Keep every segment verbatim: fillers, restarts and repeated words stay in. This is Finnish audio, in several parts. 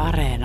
Areena.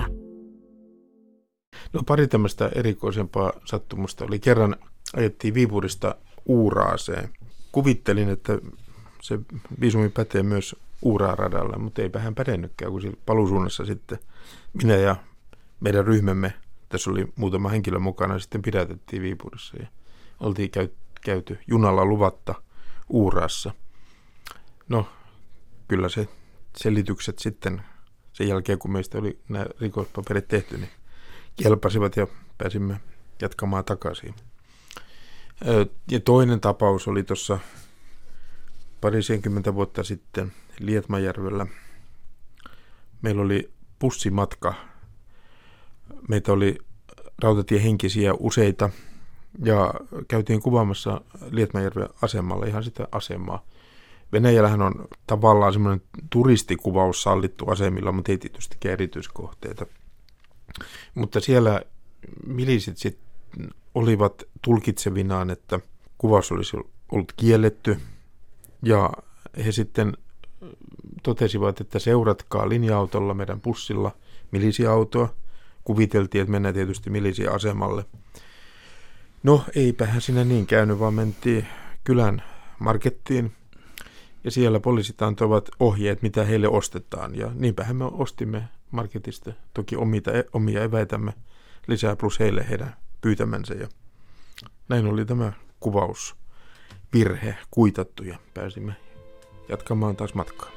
No pari tämmöistä erikoisempaa sattumusta oli. Kerran ajettiin Viipurista Uuraaseen. Kuvittelin, että se viisumi pätee myös Uuraa-radalla, mutta eipä hän pädennytkään, kun paluusuunnassa sitten minä ja meidän ryhmämme, tässä oli muutama henkilö mukana, sitten pidätettiin Viipurissa ja oltiin käy, käyty junalla luvatta Uuraassa. No, kyllä se selitykset sitten sen jälkeen, kun meistä oli nämä rikospaperit tehty, niin kelpasivat ja pääsimme jatkamaan takaisin. Ja toinen tapaus oli tuossa parisenkymmentä vuotta sitten Lietmajärvellä. Meillä oli bussimatka. Meitä oli rautatiehenkisiä useita ja käytiin kuvaamassa Lietmajärven asemalla ihan sitä asemaa. Venäjällähän on tavallaan semmoinen turistikuvaus sallittu asemilla, mutta ei tietystikään erityiskohteita. Mutta siellä milisit sitten olivat tulkitsevinaan, että kuvaus olisi ollut kielletty. Ja he sitten totesivat, että seuratkaa linja-autolla meidän bussilla milisiautoa. Kuviteltiin, että mennään tietysti milisiasemalle. No eipähän siinä niin käynyt, vaan mentiin kylän markettiin. Ja siellä poliisit antoivat ohjeet, mitä heille ostetaan. Ja niinpähän me ostimme marketista toki omita, omia eväitämme lisää plus heille heidän pyytämänsä. Ja näin oli tämä kuvausvirhe kuitattu ja pääsimme jatkamaan taas matkaa.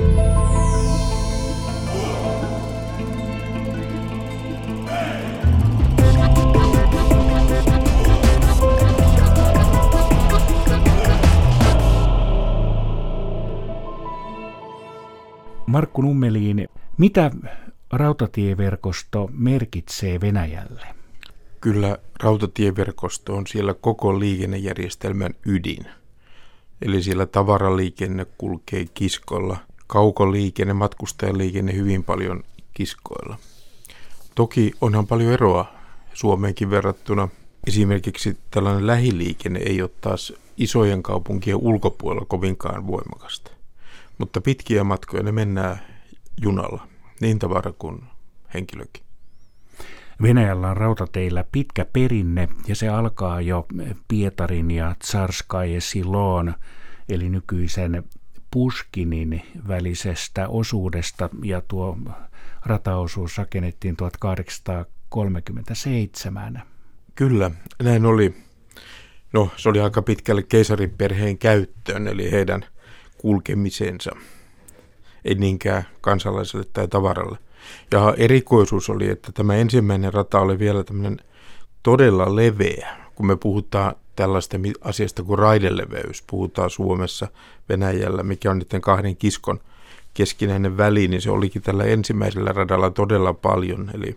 Markku Nummelin, mitä rautatieverkosto merkitsee Venäjälle? Kyllä rautatieverkosto on siellä koko liikennejärjestelmän ydin. Eli siellä tavaraliikenne kulkee kiskoilla, kaukoliikenne, matkustajaliikenne hyvin paljon kiskoilla. Toki onhan paljon eroa Suomeenkin verrattuna. Esimerkiksi tällainen lähiliikenne ei ole taas isojen kaupunkien ulkopuolella kovinkaan voimakasta. Mutta pitkiä matkoja ne mennään junalla, niin tavara kuin henkilökin. Venäjällä on rautateillä pitkä perinne ja se alkaa jo Pietarin ja Tsarskaje Silon, eli nykyisen Puškinin välisestä osuudesta, ja tuo rataosuus rakennettiin tuhatkahdeksansataakolmekymmentäseitsemän. Kyllä, näin oli. No, se oli aika pitkälle keisariperheen käyttöön, eli heidän kulkemisensa, ei niinkään kansalaiselle tai tavaralle. Ja erikoisuus oli, että tämä ensimmäinen rata oli vielä tämmöinen todella leveä. Kun me puhutaan tällaista asiasta kuin raideleveys, puhutaan Suomessa, Venäjällä, mikä on niiden kahden kiskon keskinäinen väli, niin se olikin tällä ensimmäisellä radalla todella paljon, eli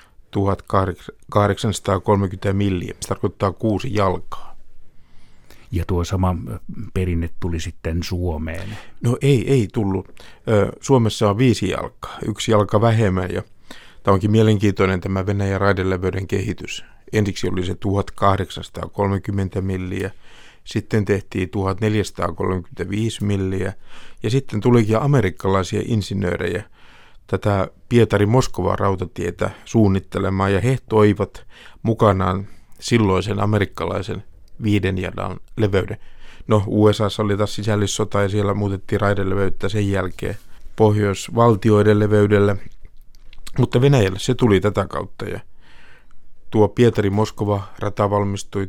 tuhatkahdeksansataakolmekymmentä milliä, se tarkoittaa kuusi jalkaa. Ja tuo sama perinne tuli sitten Suomeen? No ei, ei tullut. Suomessa on viisi jalkaa, yksi jalka vähemmän, ja tämä onkin mielenkiintoinen tämä Venäjän raideleveyden kehitys. Ensiksi oli se tuhatkahdeksansataakolmekymmentä milliä, sitten tehtiin tuhatneljäsataakolmekymmentäviisi milliä, ja sitten tulikin amerikkalaisia insinöörejä tätä Pietari-Moskova rautatietä suunnittelemaan, ja he toivat mukanaan silloisen amerikkalaisen viiden jalan leveyden. No, U S A:ssa oli taas sisällissota ja siellä muutettiin raideleveyttä sen jälkeen pohjoisvaltioiden leveydelle, mutta Venäjälle se tuli tätä kautta, ja tuo Pietari-Moskova-rata valmistui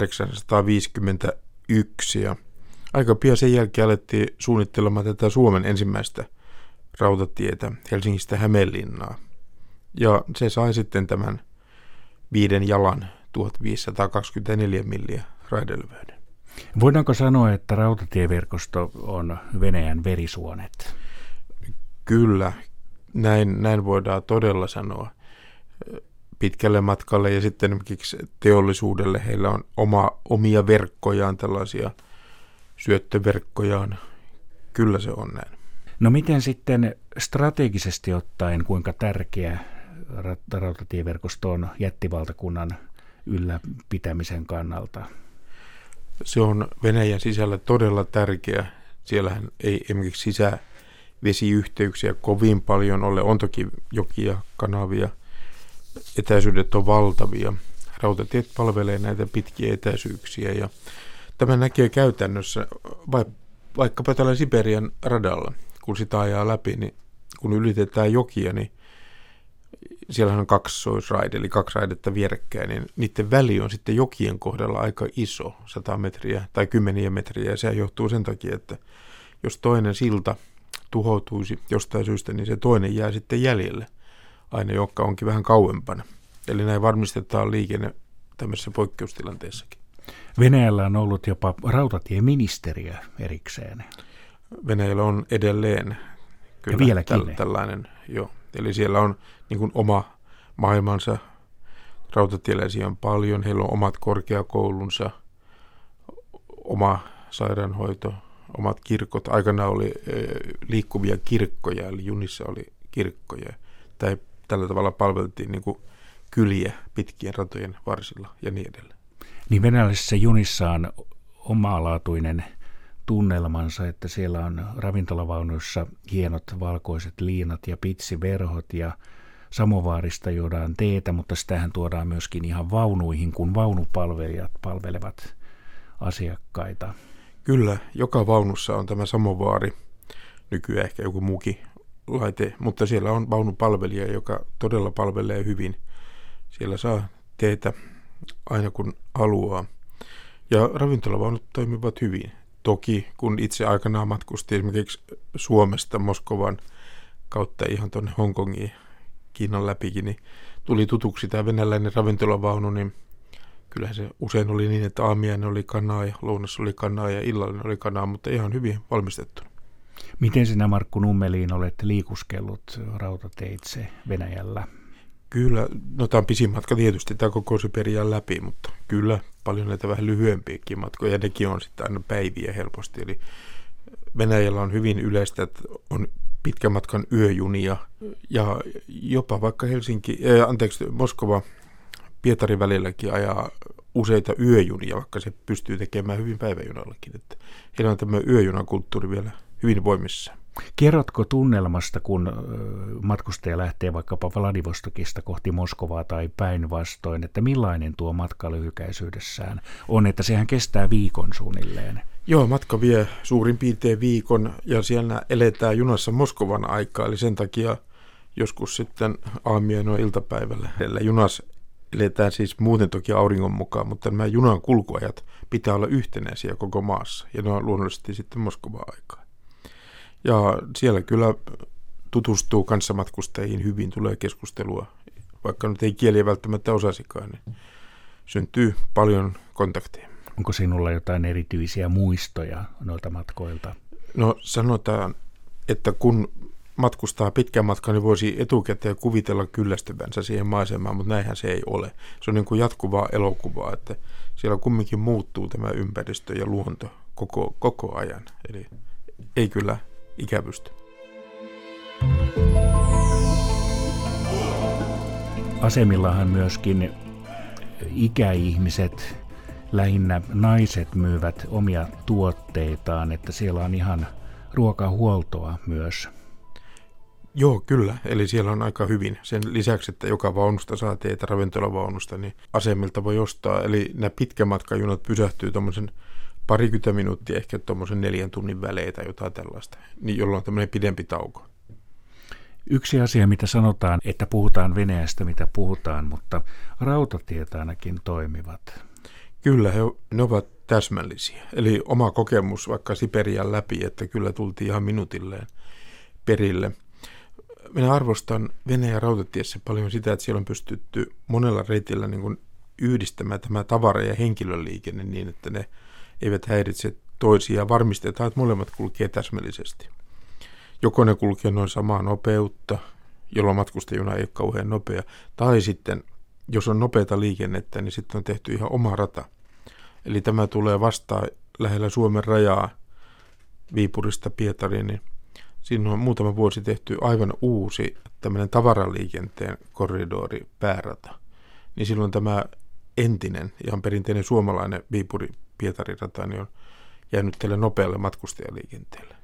tuhatkahdeksansataaviisikymmentäyksi ja aika pian sen jälkeen alettiin suunnittelemaan tätä Suomen ensimmäistä rautatietä Helsingistä Hämeenlinnaan, ja se sai sitten tämän viiden jalan tuhatviisisataakaksikymmentäneljä milliä raideleveyden. Voidaanko sanoa, että rautatieverkosto on Venäjän verisuonet? Kyllä, näin, näin voidaan todella sanoa. Pitkälle matkalle ja sitten esimerkiksi teollisuudelle heillä on oma, omia verkkojaan, tällaisia syöttöverkkojaan. Kyllä se on näin. No miten sitten strategisesti ottaen, kuinka tärkeä rautatieverkosto on jättivaltakunnan ylläpitämisen kannalta? Se on Venäjän sisällä todella tärkeä. Siellähän ei esimerkiksi vesiyhteyksiä kovin paljon ole. On toki jokia, kanavia, etäisyydet on valtavia. Rautatiet palvelee näitä pitkiä etäisyyksiä ja tämä näkee käytännössä vaikkapa tällä Siperian radalla, kun sitä ajaa läpi, niin kun ylitetään jokia, niin siellähän on kaksoisraide, eli kaksi raidetta vierekkäin, niin niiden väli on sitten jokien kohdalla aika iso, sata metriä tai kymmeniä metriä, ja se johtuu sen takia, että jos toinen silta tuhoutuisi jostain syystä, niin se toinen jää sitten jäljelle, aina joka onkin vähän kauempana. Eli näin varmistetaan liikenne tämmöisessä poikkeustilanteessakin. Venäjällä on ollut jopa rautatieministeriö erikseen. Venäjällä on edelleen kyllä täl, tällainen, joo. Eli siellä on niin kuin oma maailmansa, rautatieläisiä on paljon, heillä on omat korkeakoulunsa, oma sairaanhoito, omat kirkot. Aikana oli e, liikkuvia kirkkoja, eli junissa oli kirkkoja. Tai tällä tavalla palveltiin niin kuin kyliä pitkien ratojen varsilla ja niin edelleen. Niin venäläisessä junissa on omalaatuinen tunnelmansa, että siellä on ravintolavaunuissa hienot valkoiset liinat ja pitsiverhot ja samovaarista juodaan teetä, mutta sitähän tuodaan myöskin ihan vaunuihin, kun vaunupalvelijat palvelevat asiakkaita. Kyllä, joka vaunussa on tämä samovaari, nykyään ehkä joku muukin laite, mutta siellä on vaunupalvelija, joka todella palvelee hyvin. Siellä saa teetä aina kun haluaa. Ja ravintolavaunut toimivat hyvin. Toki kun itse aikanaan matkusti esimerkiksi Suomesta Moskovan kautta ihan tuonne Hongkongiin, Kiinan läpikin, niin tuli tutuksi tämä venäläinen ravintolavaunu, niin kyllähän se usein oli niin, että aamiainen oli kanaa ja lounas oli kanaa ja illallinen oli kanaa, mutta ihan hyvin valmistettu. Miten sinä, Markku Nummeliin, olet liikuskellut rautateitse Venäjällä? Kyllä, no tämä on pisin matka tietysti, tämä koko Siperian läpi, mutta kyllä paljon näitä vähän lyhyempiäkin matkoja, ja nekin on sitten aina päiviä helposti. Eli Venäjällä on hyvin yleistä, että on pitkän matkan yöjunia, ja jopa vaikka Helsinki, äh, anteeksi, Moskova, Pietarin välilläkin ajaa useita yöjunia, vaikka se pystyy tekemään hyvin päiväjunallakin. Että heillä on tämmöinen yöjunakulttuuri vielä hyvin voimissa. Kerrotko tunnelmasta, kun matkustaja lähtee vaikkapa Vladivostokista kohti Moskovaa tai päinvastoin, että millainen tuo matka lyhykäisyydessään on, että sehän kestää viikon suunnilleen? Joo, matka vie suurin piirtein viikon ja siellä eletään junassa Moskovan aikaa, eli sen takia joskus sitten aamiainen on iltapäivällä. Eli junassa eletään siis muuten toki auringon mukaan, mutta nämä junan kulkuajat pitää olla yhtenäisiä koko maassa ja ne on luonnollisesti sitten Moskovan aikaa. Ja siellä kyllä tutustuu kanssamatkustajiin hyvin, tulee keskustelua, vaikka nyt ei kieliä välttämättä osasikaan, niin syntyy paljon kontakteja. Onko sinulla jotain erityisiä muistoja noilta matkoilta? No sanotaan, että kun matkustaa pitkän matkan, niin voisi etukäteen kuvitella kyllästyvänsä siihen maisemaan, mutta näinhän se ei ole. Se on niin kuin jatkuvaa elokuvaa, että siellä kumminkin muuttuu tämä ympäristö ja luonto koko, koko ajan, eli ei kyllä ikävysty. Asemillahan myöskin ikäihmiset, lähinnä naiset, myyvät omia tuotteitaan, että siellä on ihan ruokahuoltoa myös. Joo, kyllä. Eli siellä on aika hyvin. Sen lisäksi, että joka vaunusta saa teetä ravintolavaunusta, niin asemilta voi ostaa. Eli nämä pitkämatkajunat pysähtyy tuommoisen parikymmentä minuuttia, ehkä tuommoisen neljän tunnin välein tai jotain tällaista, niin jolloin on tämmöinen pidempi tauko. Yksi asia, mitä sanotaan, että puhutaan Venäjästä, mitä puhutaan, mutta rautatiet ainakin toimivat. Kyllä, he, ne ovat täsmällisiä. Eli oma kokemus vaikka Siperian läpi, että kyllä tultiin ihan minuutilleen perille. Minä arvostan Venäjän rautatiessä paljon sitä, että siellä on pystytty monella reitillä niin kuin yhdistämään tämä tavara- ja henkilöliikenne niin, että ne eivät häiritse toisiaan. Varmistetaan, että molemmat kulkee täsmällisesti. Joko ne kulkee noin samaa nopeutta, jolloin matkustajuna ei ole kauhean nopea, tai sitten, jos on nopeata liikennettä, niin sitten on tehty ihan oma rata. Eli tämä tulee vastaan lähellä Suomen rajaa Viipurista Pietariin, niin siinä on muutama vuosi tehty aivan uusi tämmöinen tavaraliikenteen korridori päärata. Niin silloin tämä entinen, ihan perinteinen suomalainen Viipuri-Pietari-rata niin on jäänyt tälle nopealle matkustajaliikenteelle.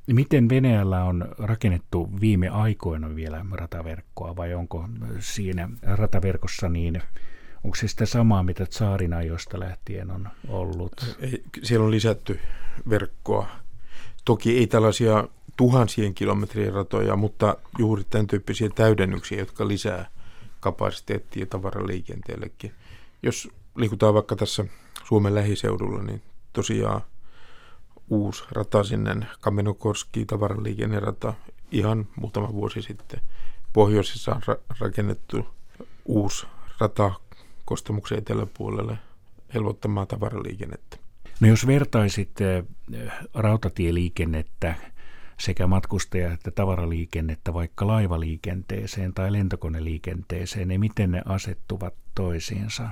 Miten Venäjällä on rakennettu viime aikoina vielä rataverkkoa, vai onko siinä rataverkossa niin, onko se sitä samaa, mitä tsaarin ajoista lähtien on ollut? Ei, siellä on lisätty verkkoa. Toki ei tällaisia tuhansien kilometrien ratoja, mutta juuri tämän tyyppisiä täydennyksiä, jotka lisää kapasiteettia tavaraliikenteellekin. Jos liikutaan vaikka tässä Suomen lähiseudulla, niin tosiaan uusi rata sinne Kamenokorskiin, tavaraliikennerata, ihan muutama vuosi sitten. Pohjoisessa on ra- rakennettu uusi rata Kostamuksen eteläpuolelle helpottamaan tavaraliikennettä. No jos vertaisit rautatieliikennettä sekä matkustaja- että tavaraliikennettä vaikka laivaliikenteeseen tai lentokoneliikenteeseen, niin miten ne asettuvat toisiinsa?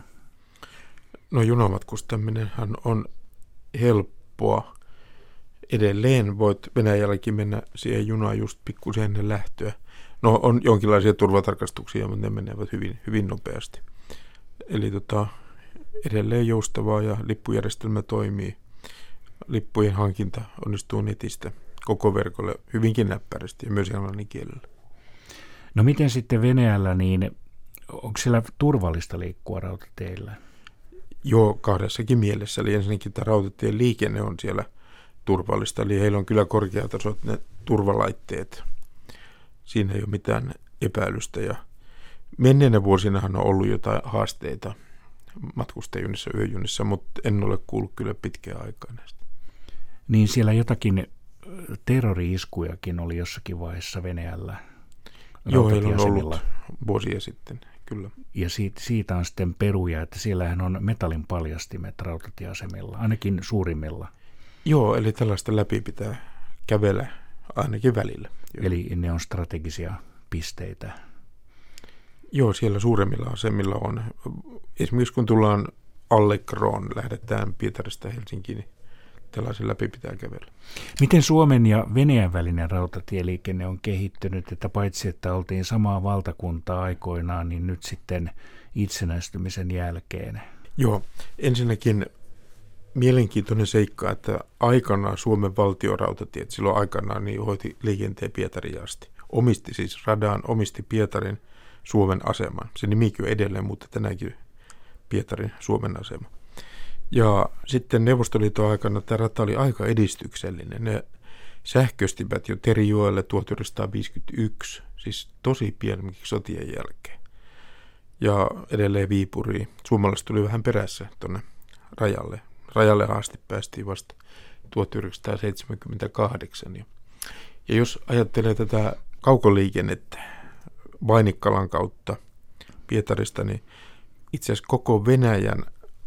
No junamatkustaminehan on helppoa. Edelleen voit Venäjälläkin mennä siihen junaan just pikkusen ennen lähtöä. No on jonkinlaisia turvatarkastuksia, mutta ne menevät hyvin, hyvin nopeasti. Eli tota, edelleen joustavaa ja lippujärjestelmä toimii. Lippujen hankinta onnistuu netistä koko verkolle hyvinkin näppärästi ja myös englannin kielellä. No miten sitten Venäjällä, niin onko siellä turvallista liikkua rautateillä? Joo, kahdessakin mielessä. Eli ensinnäkin tämä rautatien liikenne on siellä turvallista. Eli heillä on kyllä korkeatasoiset ne turvalaitteet. Siinä ei ole mitään epäilystä. Ja menneenä vuosinahan on ollut jotain haasteita matkustajunissa, yöjunissa, mutta en ole kuullut kyllä pitkään aikaa näistä. Niin siellä jotakin terrori-iskujakin oli jossakin vaiheessa Venäjällä. Joo, heillä on ollut vuosia sitten, kyllä. Ja siitä, siitä on sitten peruja, että siellähän on metallin paljastimet rautatieasemilla, ainakin suurimmilla. Joo, eli tällaista läpi pitää kävellä ainakin välillä. Joo. Eli ne on strategisia pisteitä. Joo, siellä suuremmilla asemilla on. Esimerkiksi kun tullaan Allegroon, lähdetään Pietarista Helsinkiin, niin tällaisen läpi pitää kävellä. Miten Suomen ja Venäjän välinen rautatieliikenne on kehittynyt, että paitsi että oltiin samaa valtakuntaa aikoinaan, niin nyt sitten itsenäistymisen jälkeen? Joo, ensinnäkin mielenkiintoinen seikka, että aikanaan Suomen valtiorautatiet silloin aikanaan niin hoiti liikenteen Pietariin asti. Omisti siis radan, omisti Pietarin Suomen aseman. Se nimikin on edelleen, mutta tänäänkin Pietarin Suomen asema. Ja sitten Neuvostoliiton aikana tämä rata oli aika edistyksellinen. Ne sähköistivät jo Terijoelle tuhatyhdeksänsataaviisikymmentäyksi, siis tosi pieni sotien jälkeen. Ja edelleen Viipuriin. Suomalaiset tuli vähän perässä tuonne rajalle. Rajalle asti päästiin vasta tuhatyhdeksänsataaseitsemänkymmentäkahdeksan. Ja, ja jos ajattelee tätä kaukoliikennettä Vainikkalan kautta Pietarista, niin itse asiassa koko Venäjän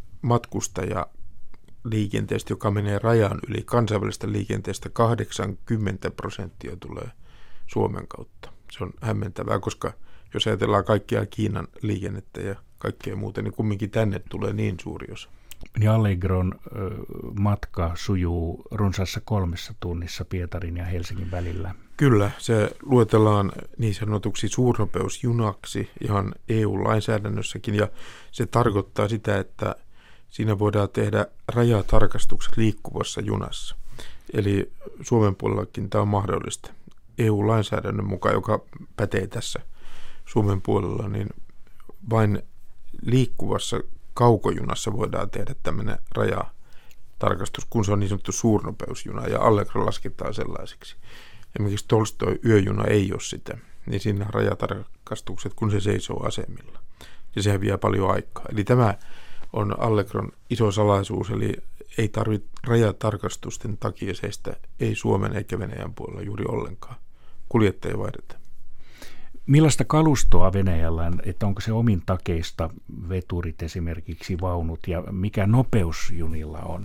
matkustajaliikenteestä, joka menee rajan yli kansainvälistä liikenteestä, kahdeksankymmentä prosenttia tulee Suomen kautta. Se on hämmentävää, koska jos ajatellaan kaikkia Kiinan liikennettä ja kaikkea muuta, niin kumminkin tänne tulee niin suuri osa. Niin Allegron matka sujuu runsaassa kolmessa tunnissa Pietarin ja Helsingin välillä. Kyllä, se luetellaan niin sanotuksi suurnopeusjunaksi ihan E U-lainsäädännössäkin, ja se tarkoittaa sitä, että siinä voidaan tehdä rajatarkastukset liikkuvassa junassa. Eli Suomen puolellakin tämä on mahdollista. E U-lainsäädännön mukaan, joka pätee tässä Suomen puolella, niin vain liikkuvassa kaukojunassa voidaan tehdä tämmöinen rajatarkastus, kun se on niin sanottu suurnopeusjuna, ja Allegro lasketaan sellaiseksi. Esimerkiksi Tolstoi yöjuna ei ole sitä, niin siinä on rajatarkastukset, kun se seisoo asemilla. Ja sehän vie paljon aikaa. Eli tämä on Allegron iso salaisuus, eli ei tarvitse rajatarkastusten takia seistä ei Suomen eikä Venäjän puolella juuri ollenkaan. Kuljettajia vaihdetaan. Millaista kalustoa Venäjällä on, että onko se omin takeista veturit esimerkiksi, vaunut, ja mikä nopeus junilla on?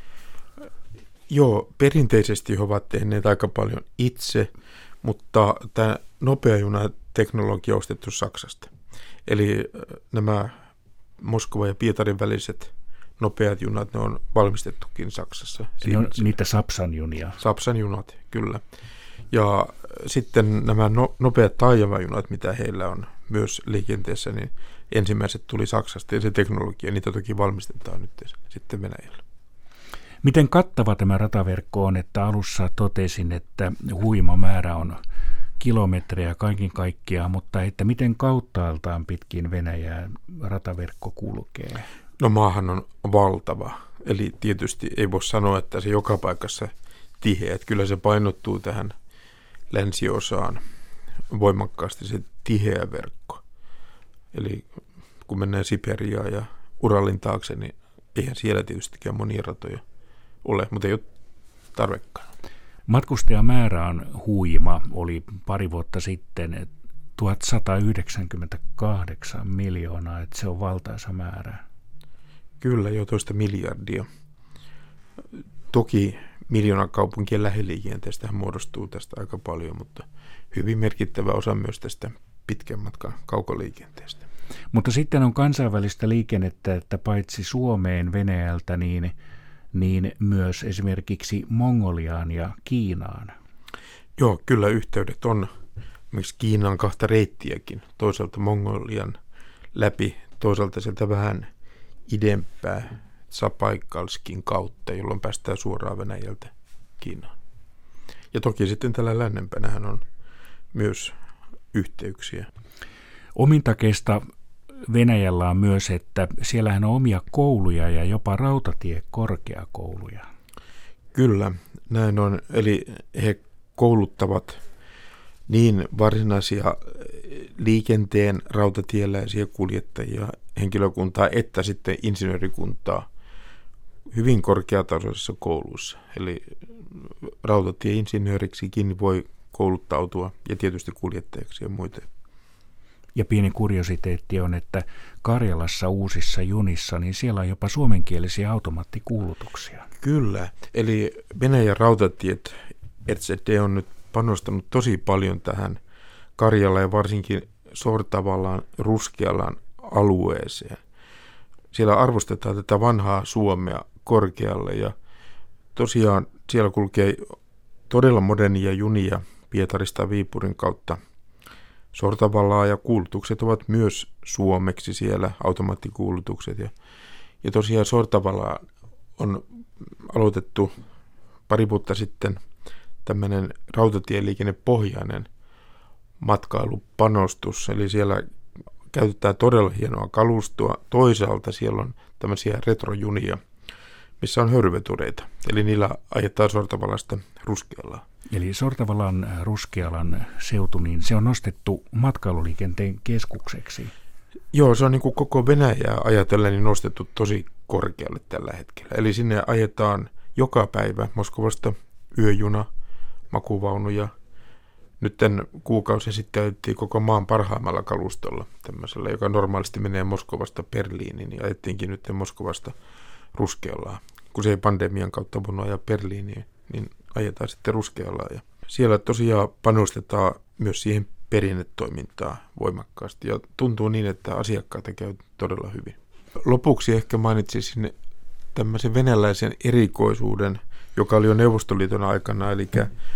Joo, perinteisesti he ovat tehneet aika paljon itse, mutta tämä nopea juna teknologia on ostettu Saksasta. Eli nämä Moskova ja Pietarin väliset nopeat junat, ne on valmistettukin Saksassa. Ne on niitä Sapsan junia. Sapsan junat, kyllä. Ja sitten nämä no, nopeat taajamajunat, mitä heillä on myös liikenteessä, niin ensimmäiset tuli Saksasta, ja se teknologia, niitä toki valmistetaan nyt sitten Venäjällä. Miten kattava tämä rataverkko on, että alussa totesin, että huima määrä on kilometrejä kaiken kaikkiaan, mutta että miten kauttaaltaan pitkin Venäjää rataverkko kulkee? No maahan on valtava, eli tietysti ei voi sanoa, että se joka paikassa tiheä, että kyllä se painottuu tähän länsiosaan voimakkaasti se tiheä verkko. Eli kun mennään Siperiaan ja Uralin taakse, niin eihän siellä tietystikään monia ratoja ole, mutta ei ole tarvekaan. Matkustajamäärä on huima, oli pari vuotta sitten tuhatsatayhdeksänkymmentäkahdeksan miljoonaa, että se on valtaisa määrä. Kyllä, jo toista miljardia. Toki miljoonakaupunkien lähiliikenteestä muodostuu tästä aika paljon, mutta hyvin merkittävä osa myös tästä pitkän matkan kaukoliikenteestä. Mutta sitten on kansainvälistä liikennettä, että paitsi Suomeen Venäjältä, niin, niin myös esimerkiksi Mongoliaan ja Kiinaan. Joo, kyllä yhteydet on. Myös Kiinaan kahta reittiäkin. Toisaalta Mongolian läpi, toisaalta sieltä vähän idempää Zapaikalskin kautta, jolloin päästään suoraan Venäjältä Kiinaan. Ja toki sitten tällä lännempänähän on myös yhteyksiä. Omintakeista Venäjällä on myös, että siellähän on omia kouluja ja jopa rautatiekorkeakouluja. Kyllä, näin on. Eli he kouluttavat niin varsinaisia liikenteen rautatieläisiä kuljettajia, henkilökuntaa, että sitten insinöörikuntaa hyvin korkeatasoisissa kouluissa. Eli rautatieinsinööriksikin voi kouluttautua ja tietysti kuljettajaksi ja muita. Ja pieni kuriositeetti on, että Karjalassa uusissa junissa, niin siellä on jopa suomenkielisiä automaattikuulutuksia. Kyllä, eli Venäjän rautatiet R Z D on nyt panostanut tosi paljon tähän Karjalan ja varsinkin Sortavalan, Ruskealan alueeseen. Siellä arvostetaan tätä vanhaa Suomea korkealle ja tosiaan siellä kulkee todella modernia junia Pietarista Viipurin kautta Sortavallaa ja kuulutukset ovat myös suomeksi siellä, automaattikuulutukset. Ja, ja tosiaan Sortavalla on aloitettu pari vuotta sitten tämmöinen rautatieliikennepohjainen matkailupanostus, eli siellä käytetään todella hienoa kalustoa. Toisaalta siellä on tämmöisiä retrojunia, missä on höyryvetureita, eli niillä ajetaan Sortavallasta Ruskealaan. Eli Sortavalan Ruskealan seutu, niin se on nostettu matkailuliikenteen keskukseksi. Joo, se on niin kuin koko Venäjää ajatellen niin nostettu tosi korkealle tällä hetkellä. Eli sinne ajetaan joka päivä Moskovasta yöjuna, makuvaunuja. Nyt tämän kuukausi sitten ajettiin koko maan parhaimmalla kalustolla, tämmöisellä, joka normaalisti menee Moskovasta Berliiniin, niin ajettiinkin nyt Moskovasta Ruskealaan. Kun se ei pandemian kautta voinut ajaa Berliiniin, niin ajetaan sitten Ruskealaan. Ja siellä tosiaan panostetaan myös siihen perinnetoimintaan voimakkaasti ja tuntuu niin, että asiakkaita käy todella hyvin. Lopuksi ehkä mainitsisin tämmöisen venäläisen erikoisuuden, joka oli jo Neuvostoliiton aikana, eli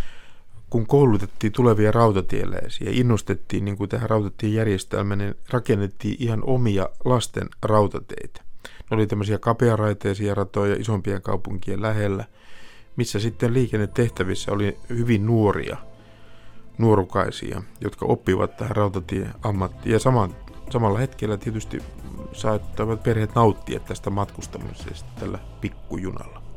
kun koulutettiin tulevia rautatieläisiä ja innostettiin niin kuin tähän rautatiejärjestelmään, niin rakennettiin ihan omia lasten rautateitä. Ne oli tämmöisiä kapearaiteisia ratoja isompien kaupunkien lähellä, missä sitten liikennetehtävissä oli hyvin nuoria, nuorukaisia, jotka oppivat tähän rautatieammattiin. Ja saman, samalla hetkellä tietysti saattavat perheet nauttia tästä matkustamisesta tällä pikkujunalla.